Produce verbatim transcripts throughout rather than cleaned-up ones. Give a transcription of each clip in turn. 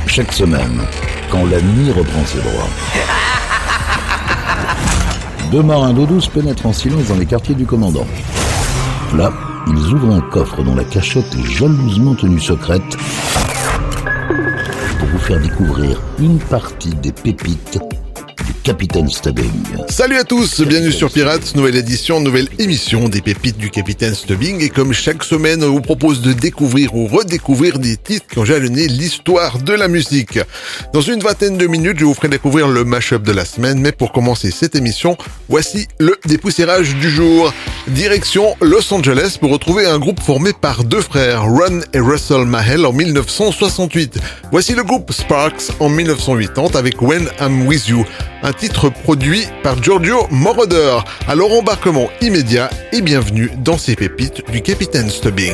Chaque semaine, quand la nuit reprend ses droits. Deux marins d'eau douce pénètrent en silence dans les quartiers du commandant. Là, ils ouvrent un coffre dont la cachette est jalousement tenue secrète pour vous faire découvrir une partie des pépites du Capitaine Stubbing. Salut à tous, bienvenue sur Pirates, nouvelle édition, nouvelle émission des pépites du Capitaine Stubbing. Et comme chaque semaine, on vous propose de découvrir ou redécouvrir des titres qui ont jalonné l'histoire de la musique. Dans une vingtaine de minutes, je vous ferai découvrir le mash-up de la semaine. Mais pour commencer cette émission, voici le dépoussiérage du jour. Direction Los Angeles pour retrouver un groupe formé par deux frères, Ron et Russell Mahel en dix-neuf cent soixante-huit. Voici le groupe Sparks en dix-neuf cent quatre-vingt avec When I'm With You, un titre produit par Giorgio Moroder. Alors embarquement immédiat et bienvenue dans ces pépites du Capitaine Stubbing.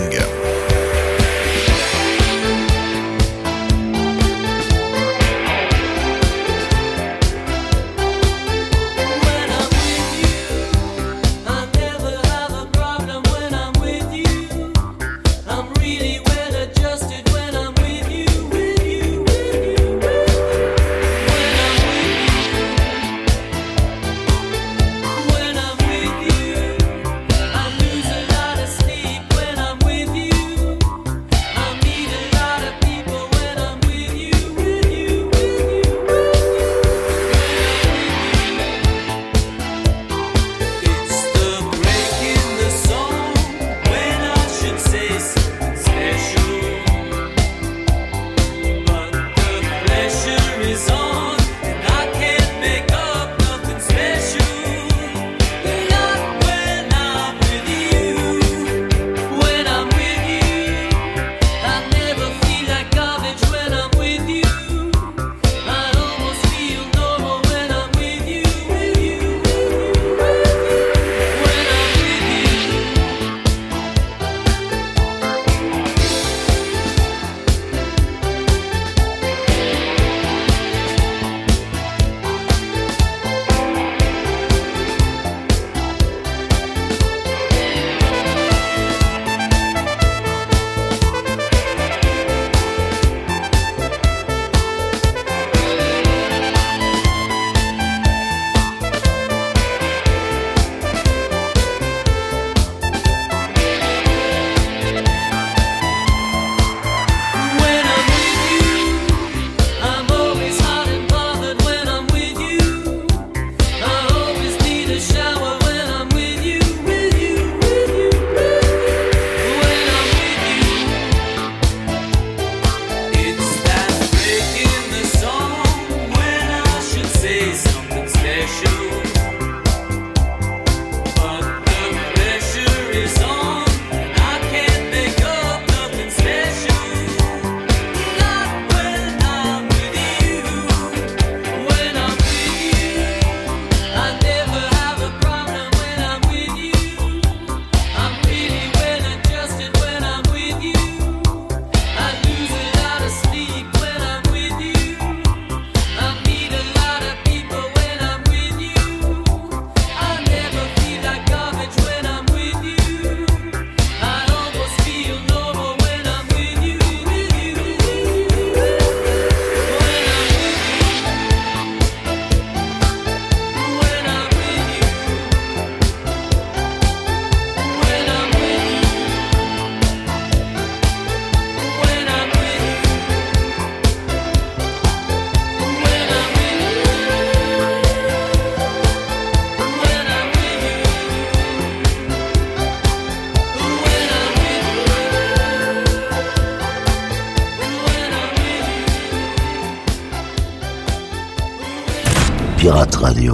Pirate Radio.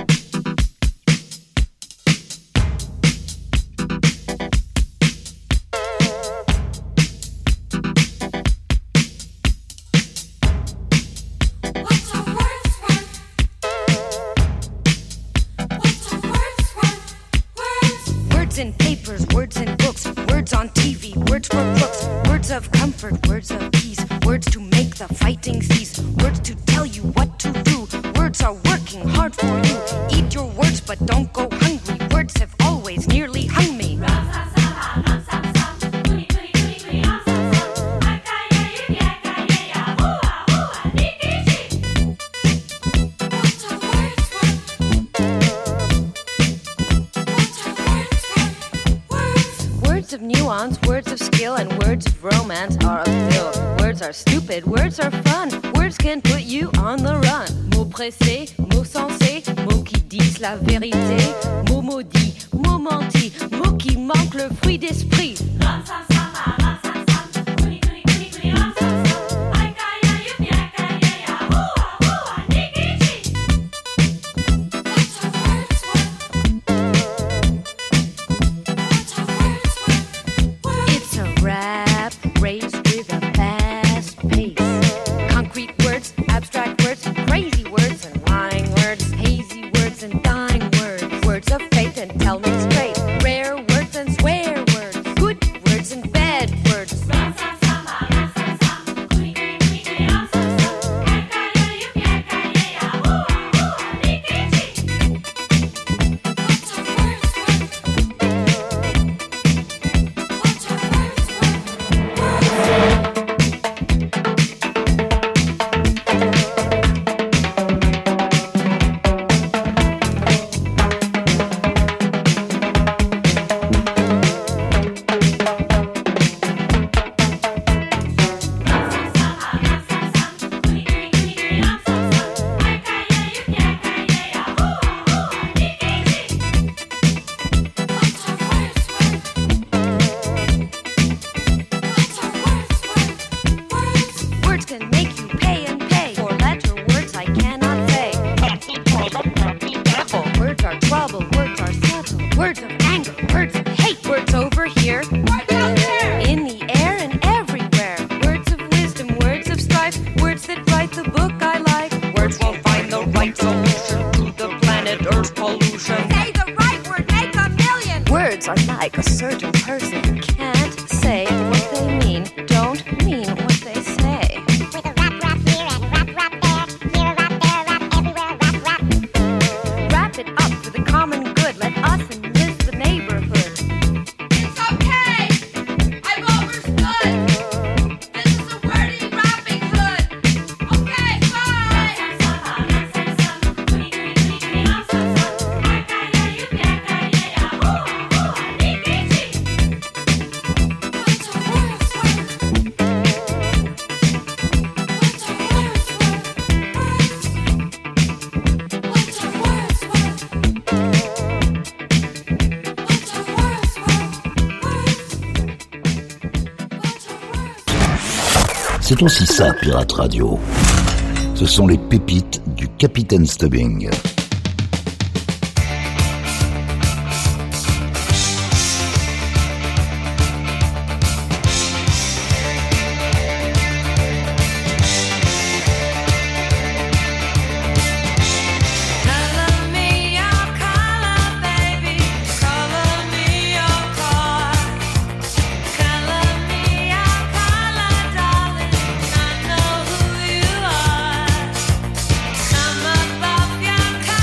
Words in papers, words in books, words on T V, words for books, words of comfort, words of peace, words to make the fighting cease, words to tell you what to do. Words are working hard for you. Eat your words, but don't go hungry. Words have always nearly hung me. Words are stupid, words are fun. Words can put you on the run. Mots pressés, mots sensés, mots qui disent la vérité. Mots maudits, mots mentis, mots qui manquent le fruit d'esprit. C'est aussi ça, Pirate Radio. Ce sont les pépites du Capitaine Stubbing. Come above your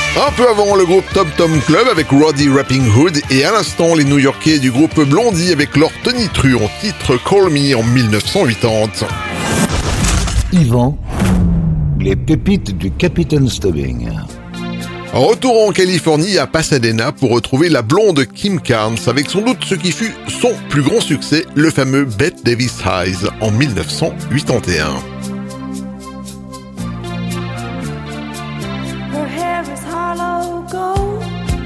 Un peu avant, le groupe Tom Tom Club avec Roddy Rapping Hood et à l'instant, les New-Yorkais du groupe Blondie avec leur tonitruant titre Call Me en dix-neuf cent quatre-vingt-dix. Yvan, les pépites du Capitaine Stubbing. Retour en Californie à Pasadena pour retrouver la blonde Kim Carnes avec sans doute ce qui fut son plus grand succès, le fameux Bette Davis Eyes en dix-neuf cent quatre-vingt-onze. Her hair is hollow gold,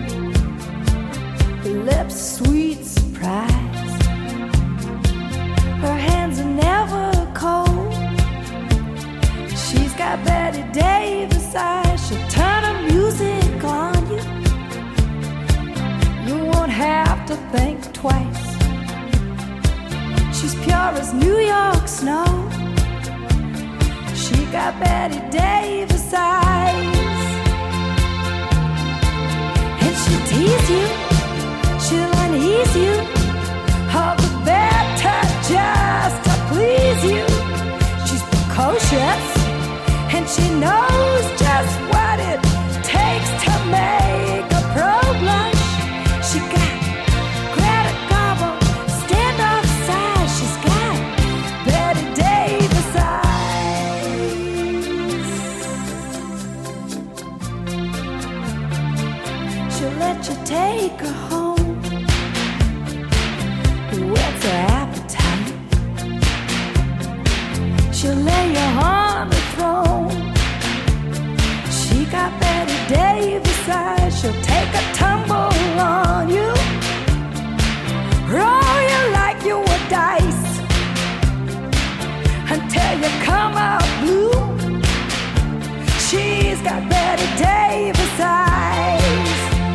her lips sweet surprise, her hands are never cold, she's got Betty Davis eyes, she'll turn her music on you, you won't have to think twice, she's pure as New York snow, she got Betty Davis eyes. And she'll tease you, she'll unease you, all the better just to please you. She's precocious, and she knows just what it takes to make a pro blush. She got Greta Garbo, standoff size, she's got Betty Davis eyes. She'll let you take her home, whet's her appetite. She'll lay you on the throne. She got Betty Davis eyes. She'll take a tumble on you, roll you like you were dice, until you come out blue. She's got Betty Davis eyes.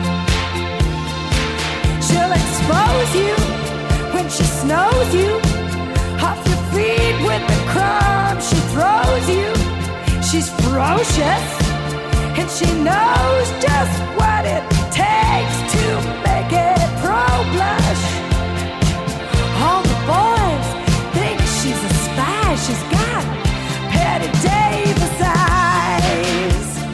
She'll expose you when she snows you, off your feet with the crumbs she throws you. She's ferocious, and she knows just what it takes to make it pro blush. All the boys think she's a spy. She's got Betty Davis eyes.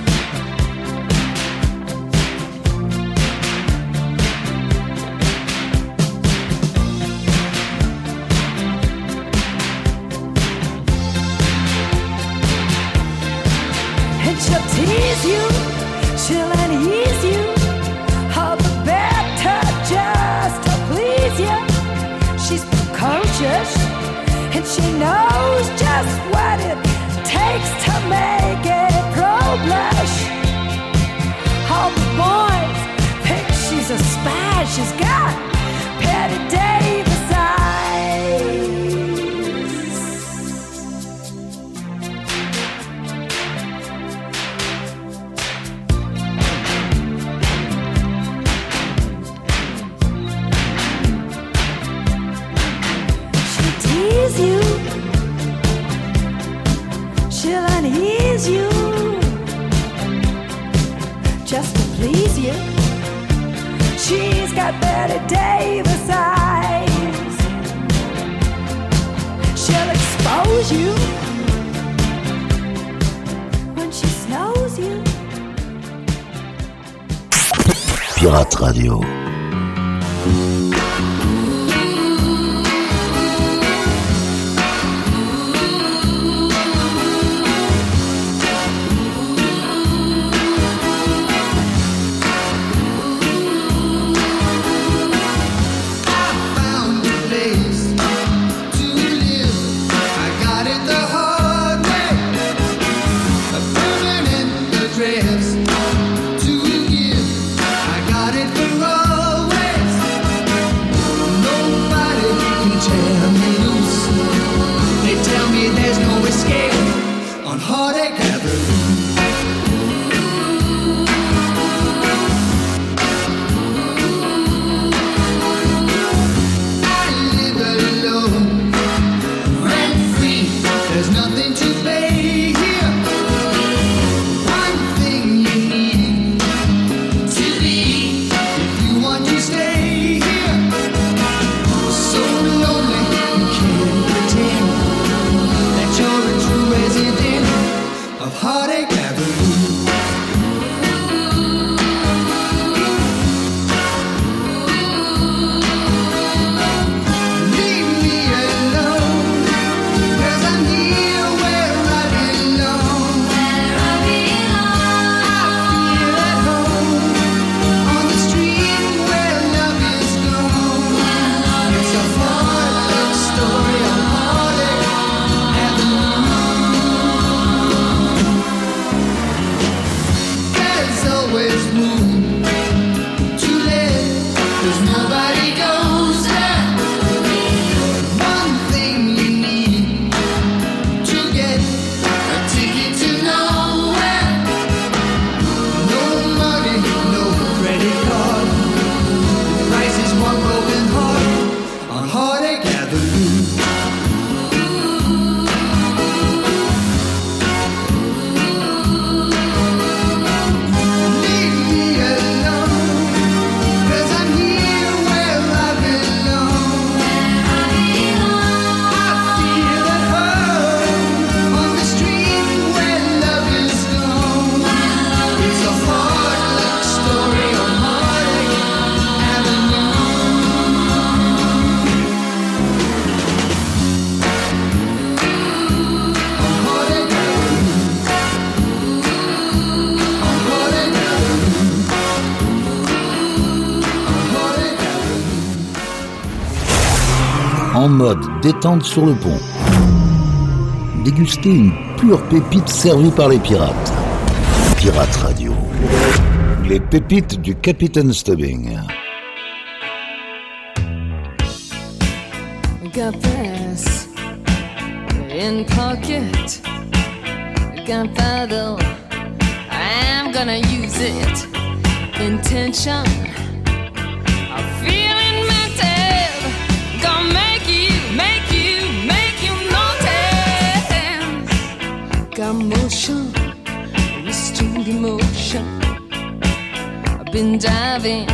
She'll tease you, she'll unease you, all the better just to please you. She's precocious, and she knows just what it takes to make it pro blush. All the boys think she's a spy. She's got Betty Davis eyes. You, she'll unease you, just to please you. She's got Betty Davis eyes. She'll expose you when she snows you. Pirate Radio. To give, I got it for all. en mode détente sur le pont. Dégustez une pure pépite servie par les pirates. Pirate Radio. Les pépites du Capitaine Stubbing. Got this in pocket. Gunpowder, I'm gonna use it. Intention of feeling mental. Gonna make you, make you, make you notice. Got motion, restrained emotion. I've been diving,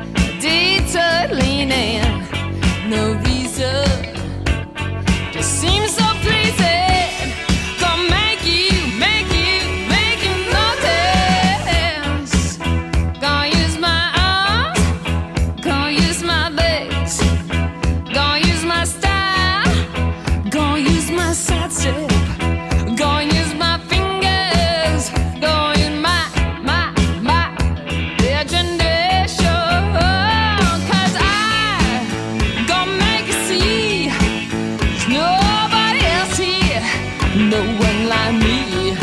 detour leaning. No reason, just seems so pleasing. Gonna make you, make you, make you notice. Gonna use my arms, gonna use my legs, gonna use my style, gonna use my side step, gonna use my fingers, gonna use my, my, my imagination. Cause I gonna make you see there's nobody else here, no one like me.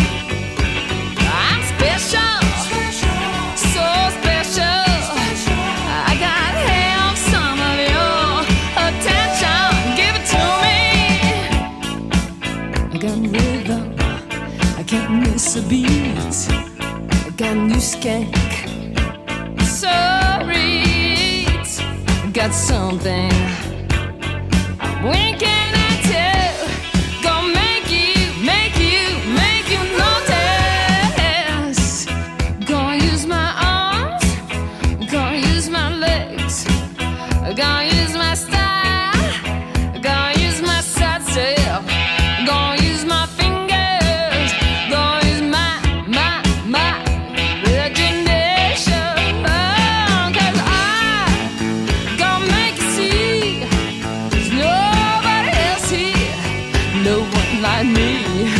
I'm special, so special. I gotta have some of your attention. Give it to me. I got rhythm, I can't miss a beat. I got new skank, so reach. I got something I'm winking at you. Gonna make you, make you, make you notice. Gonna use my arms, gonna use my legs, gonna use my style, gonna use my side step, gonna use my fingers, gonna use my, my, my imagination. Cause I gonna make you see there's nobody else here, no one like me.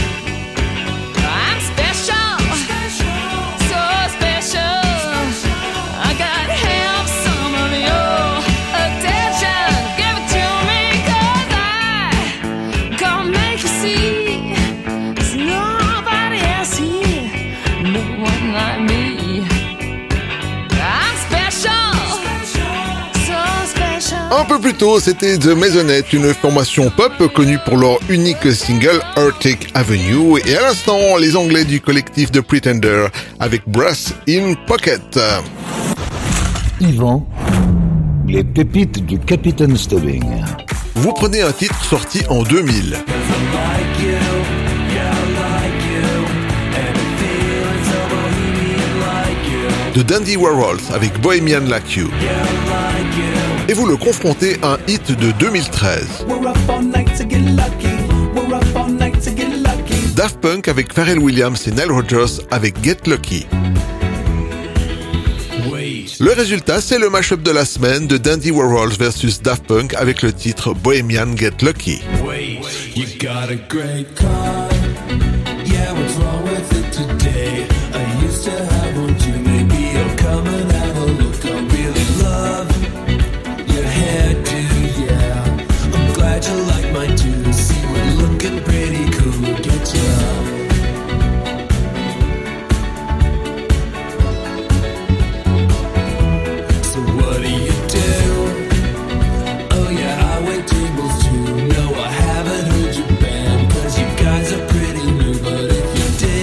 I'm special, so special. I gotta have some of your attention. Give it to me, cause I gonna make you see there's nobody else here, no one like me. I'm special, so special. Un peu plus tôt, c'était The Maisonette, une formation pop connue pour leur unique single Arctic Avenue, et à l'instant, les Anglais du collectif The Pretender avec Brass in Pocket. Yvan, les pépites du Capitaine Stubbing. Vous prenez un titre sorti en deux mille. De Dandy Warhols avec Bohemian Like You. Et vous le confrontez à un hit de deux mille treize. Daft Punk avec Pharrell Williams et Nile Rodgers avec Get Lucky. Le résultat, c'est le mash-up de la semaine de Dandy Warhols versus Daft Punk avec le titre Bohemian Get Lucky. You got a great car. Yeah, what's wrong with it today? I used to have one too. Maybe you'll come and have a look. I really love your hairdo, yeah. I'm glad you like mine too. See, we're looking pretty cool. Get you up. So what do you do? Oh yeah, I wait tables too. No, I haven't heard your band, 'cause you guys are pretty new. But if you did,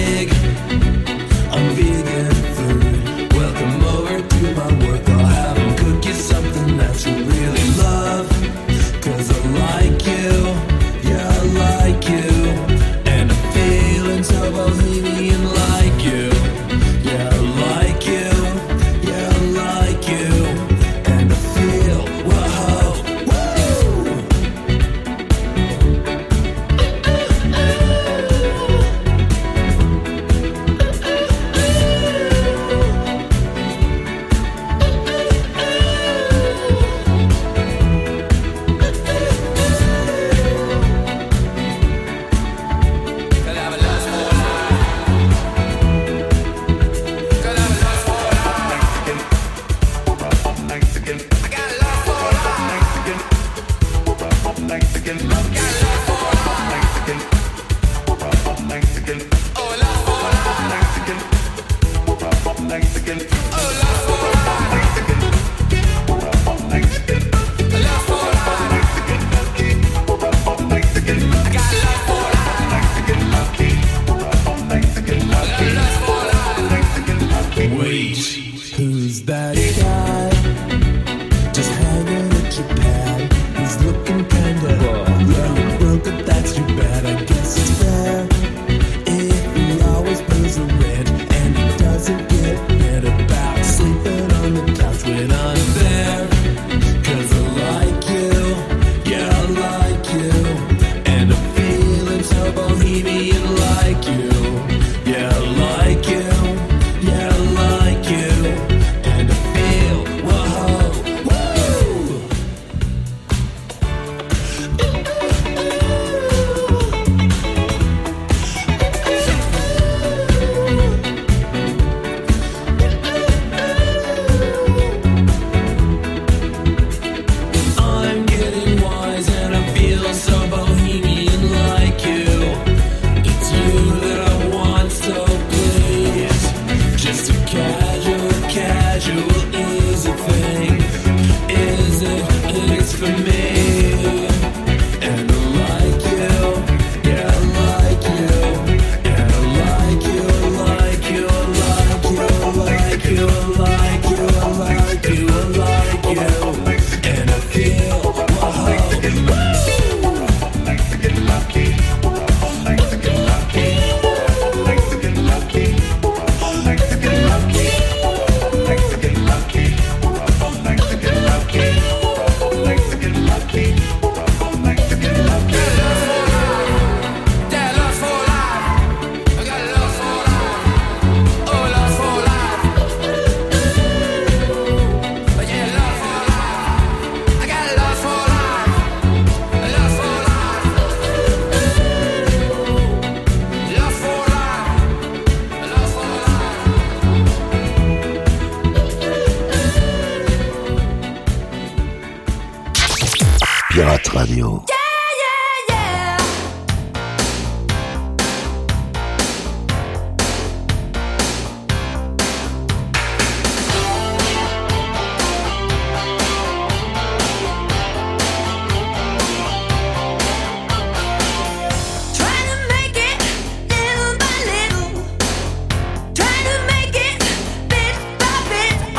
Pirate Radio.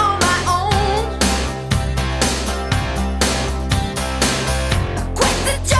The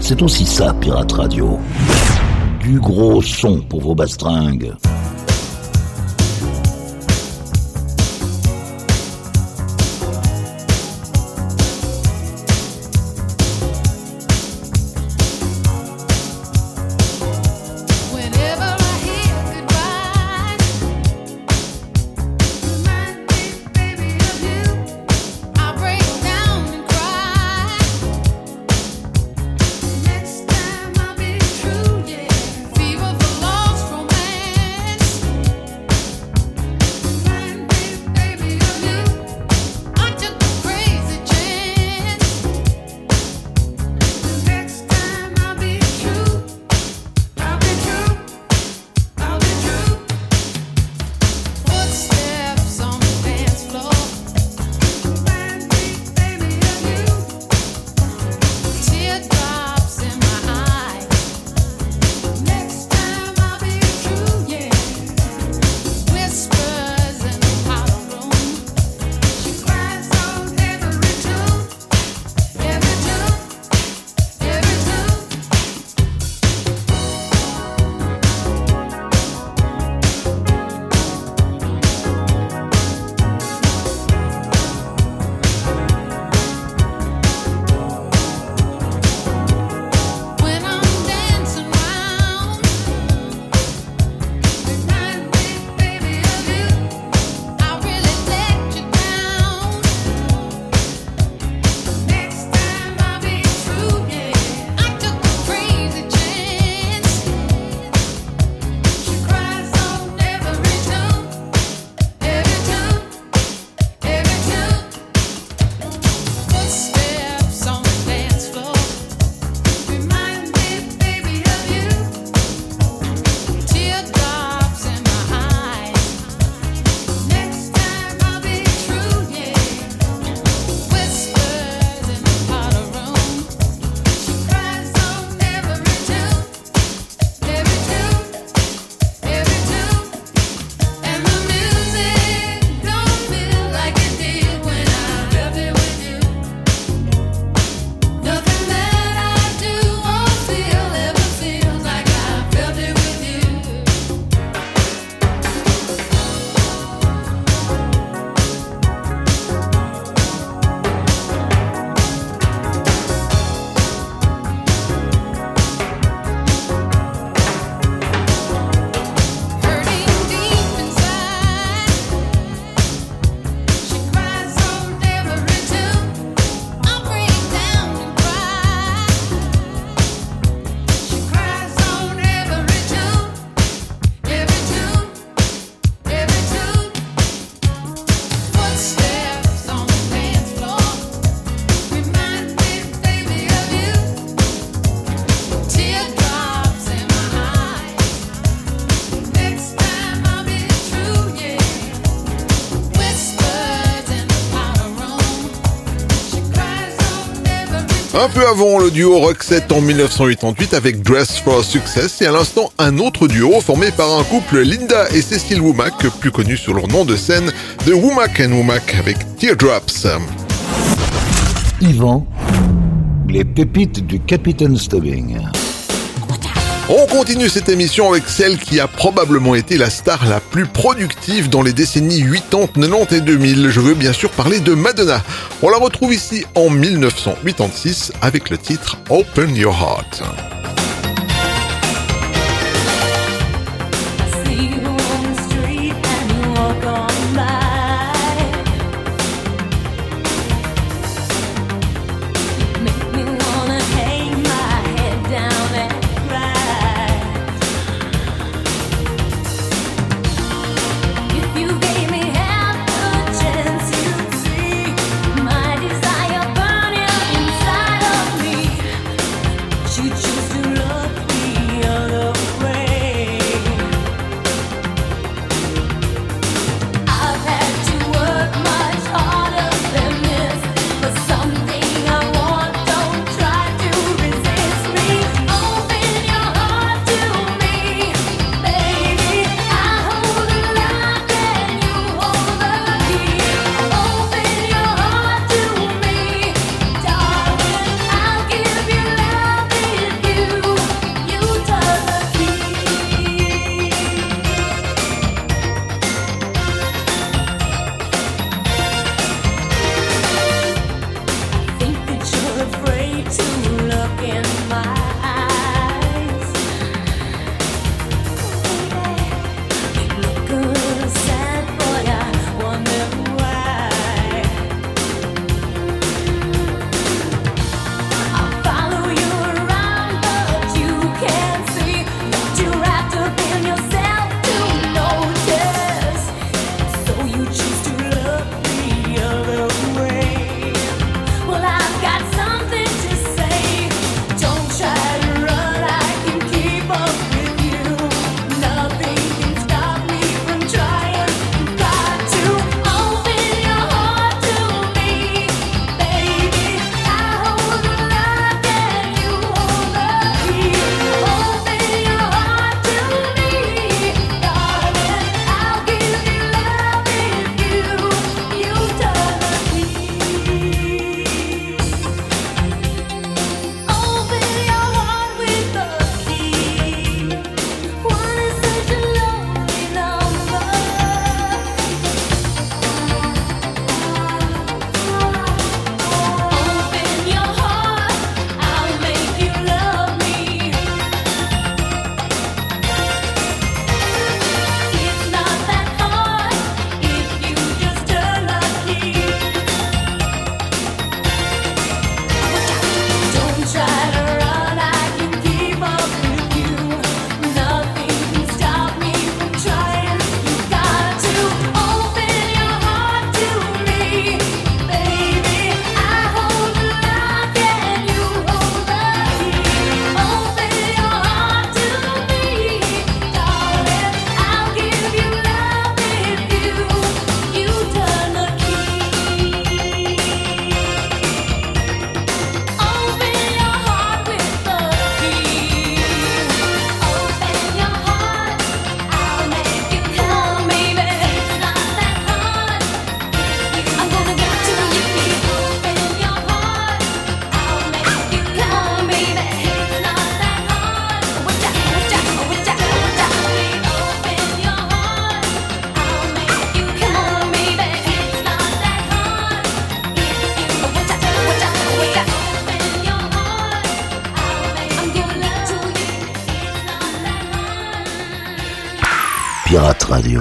C'est aussi ça, Pirate Radio. Du gros son pour vos bastringues. Un peu avant, le duo Roxette en dix-neuf cent quatre-vingt-huit avec Dress for Success et à l'instant un autre duo formé par un couple Linda et Cécile Womack, plus connus sous leur nom de scène de Womack and Womack avec Teardrops. Yvan, les pépites du Capitaine Stubbing. On continue cette émission avec celle qui a probablement été la star la plus productive dans les décennies quatre-vingt-dix, quatre-vingt-dix et deux mille. Je veux bien sûr parler de Madonna. On la retrouve ici en dix-neuf cent quatre-vingt-six avec le titre Open Your Heart. You choose Pirate Radio.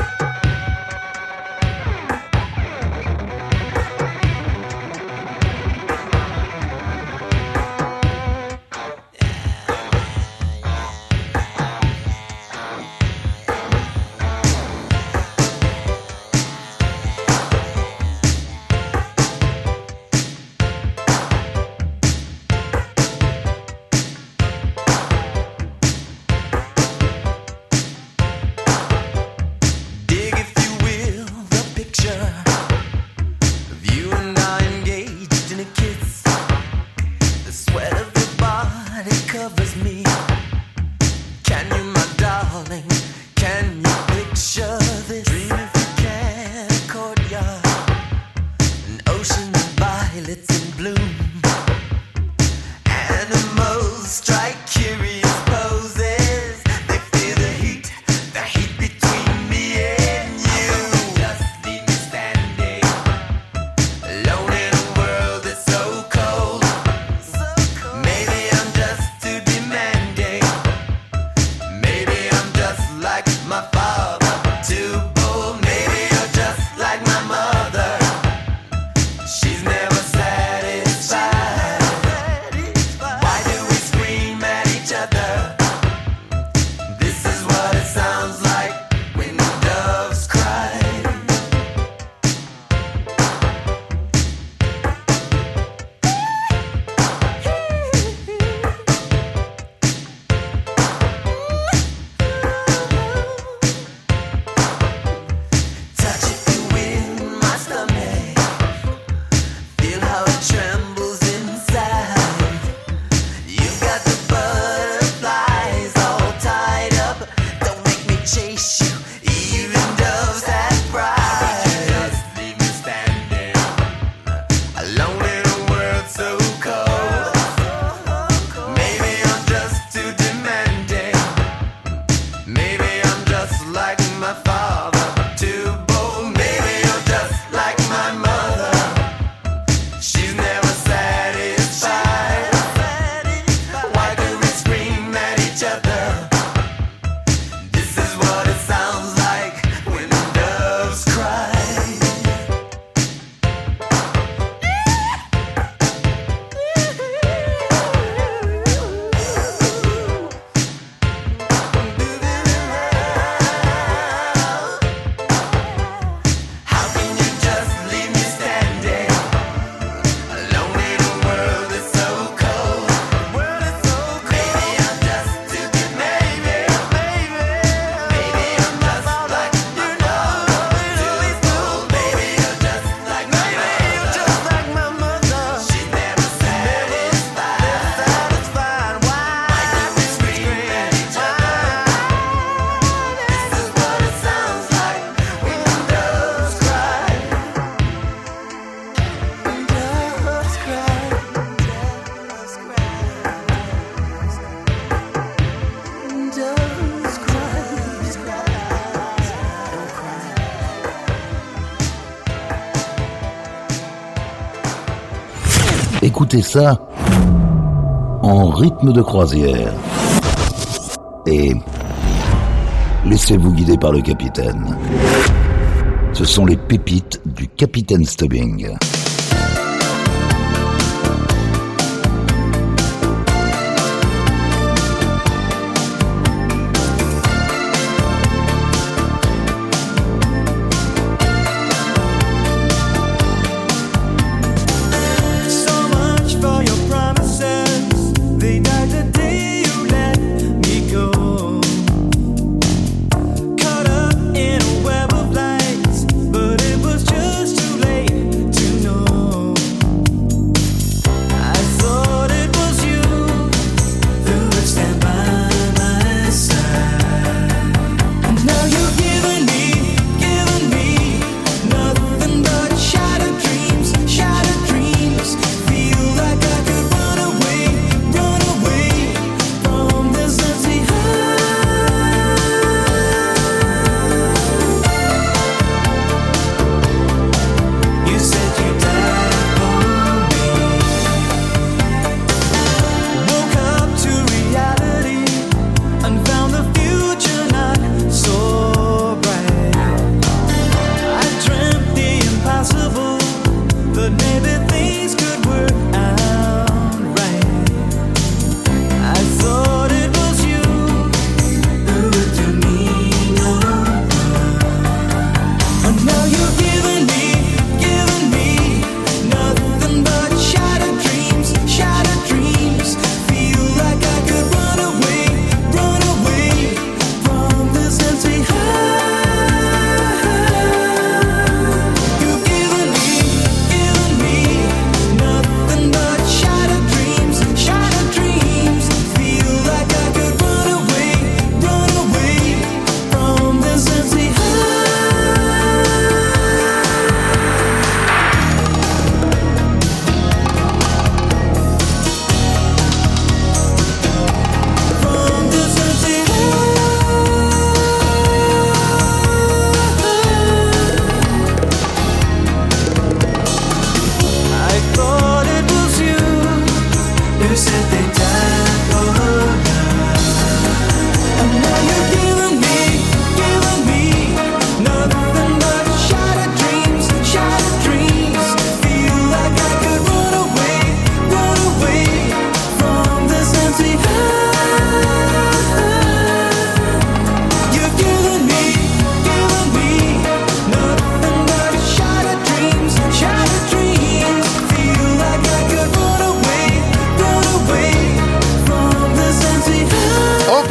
Écoutez ça en rythme de croisière. Et laissez-vous guider par le capitaine. Ce sont les pépites du Capitaine Stubbing. Caught up in a web of lights, but it was just too late to know.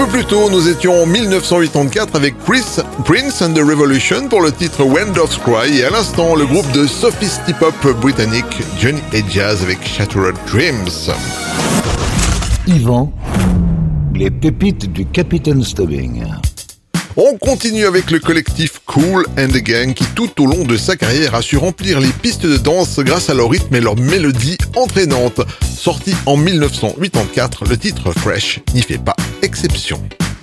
plus tôt, nous étions en dix-neuf cent quatre-vingt-quatre avec Chris, Prince and the Revolution pour le titre When Doves Cry et à l'instant le groupe de sophisti-pop britannique Johnny et Jazz avec Shattered Dreams. Yvan, les pépites du Capitaine Stubbing. On continue avec le collectif Kool and the Gang qui tout au long de sa carrière a su remplir les pistes de danse grâce à leur rythme et leur mélodie entraînante. Sorti en dix-neuf cent quatre-vingt-quatre, le titre Fresh n'y fait pas exception.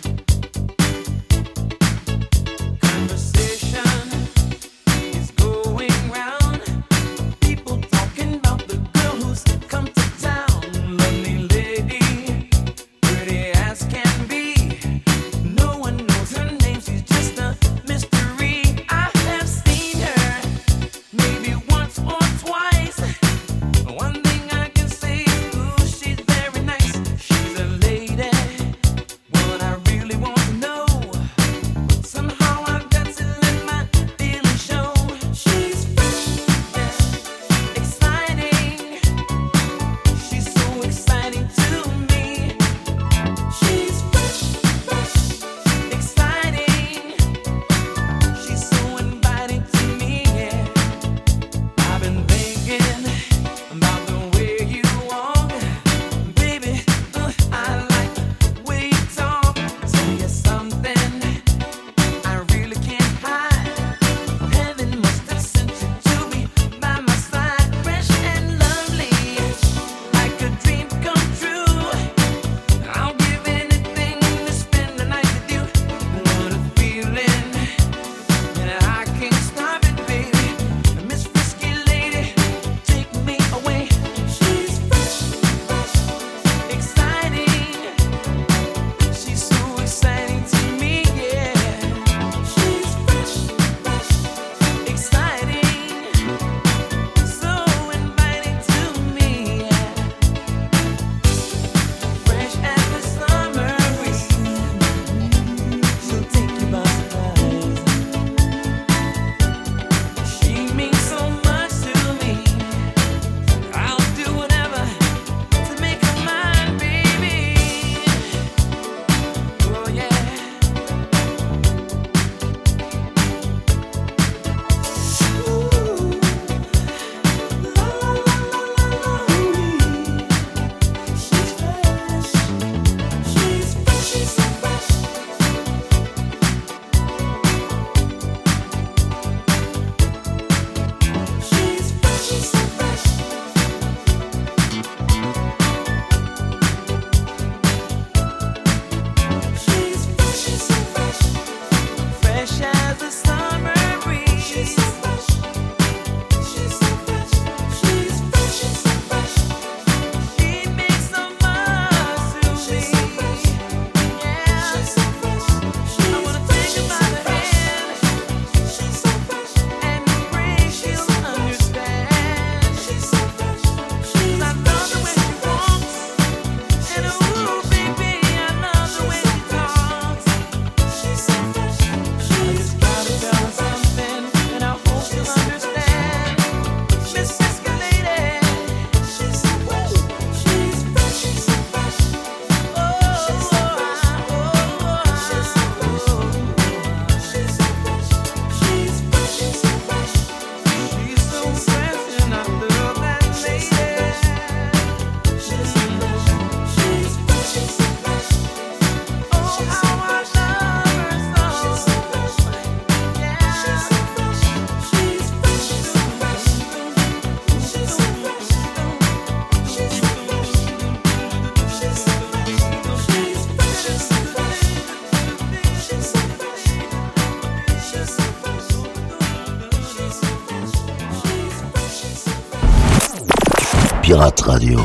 Pirate Radio.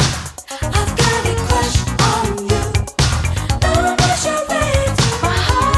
My heart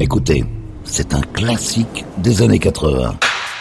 Écoutez, c'est un classique des années quatre-vingts.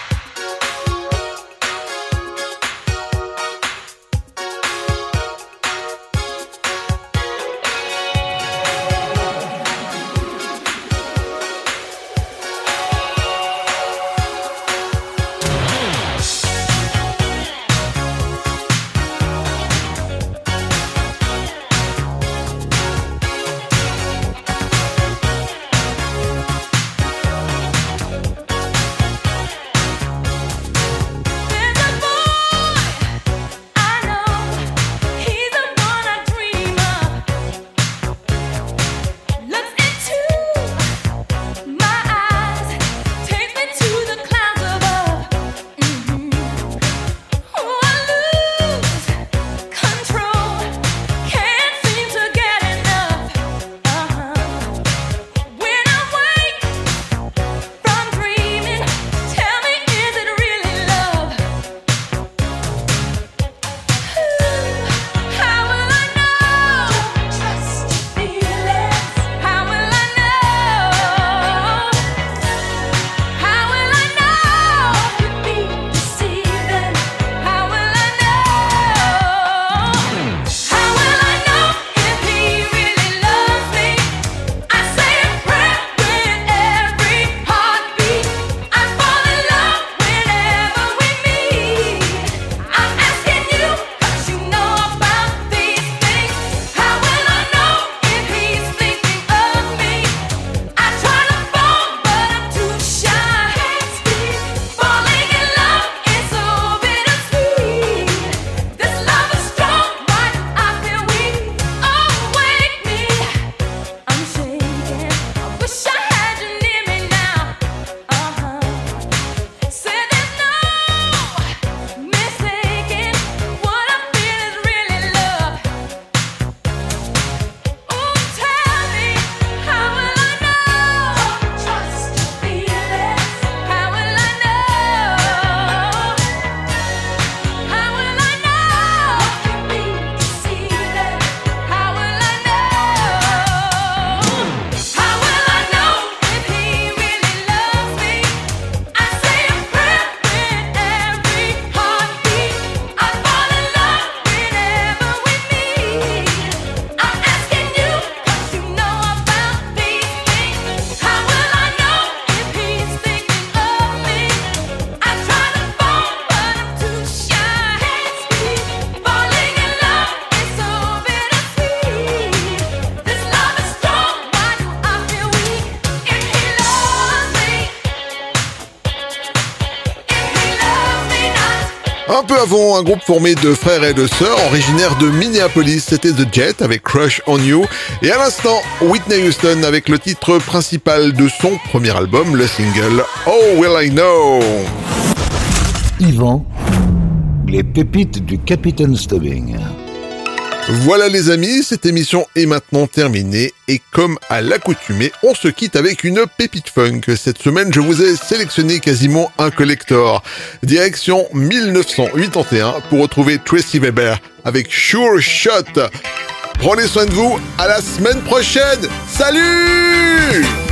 Un peu avant, un groupe formé de frères et de sœurs originaires de Minneapolis, c'était The Jet avec Crush on You. Et à l'instant, Whitney Houston avec le titre principal de son premier album, le single Oh Will I Know. Yvan, les pépites du Capitaine Stubbing. Voilà les amis, cette émission est maintenant terminée et comme à l'accoutumée, on se quitte avec une pépite funk. Cette semaine, je vous ai sélectionné quasiment un collector. Direction dix-neuf cent quatre-vingt-onze pour retrouver Tracy Weber avec Sure Shot. Prenez soin de vous, à la semaine prochaine. Salut!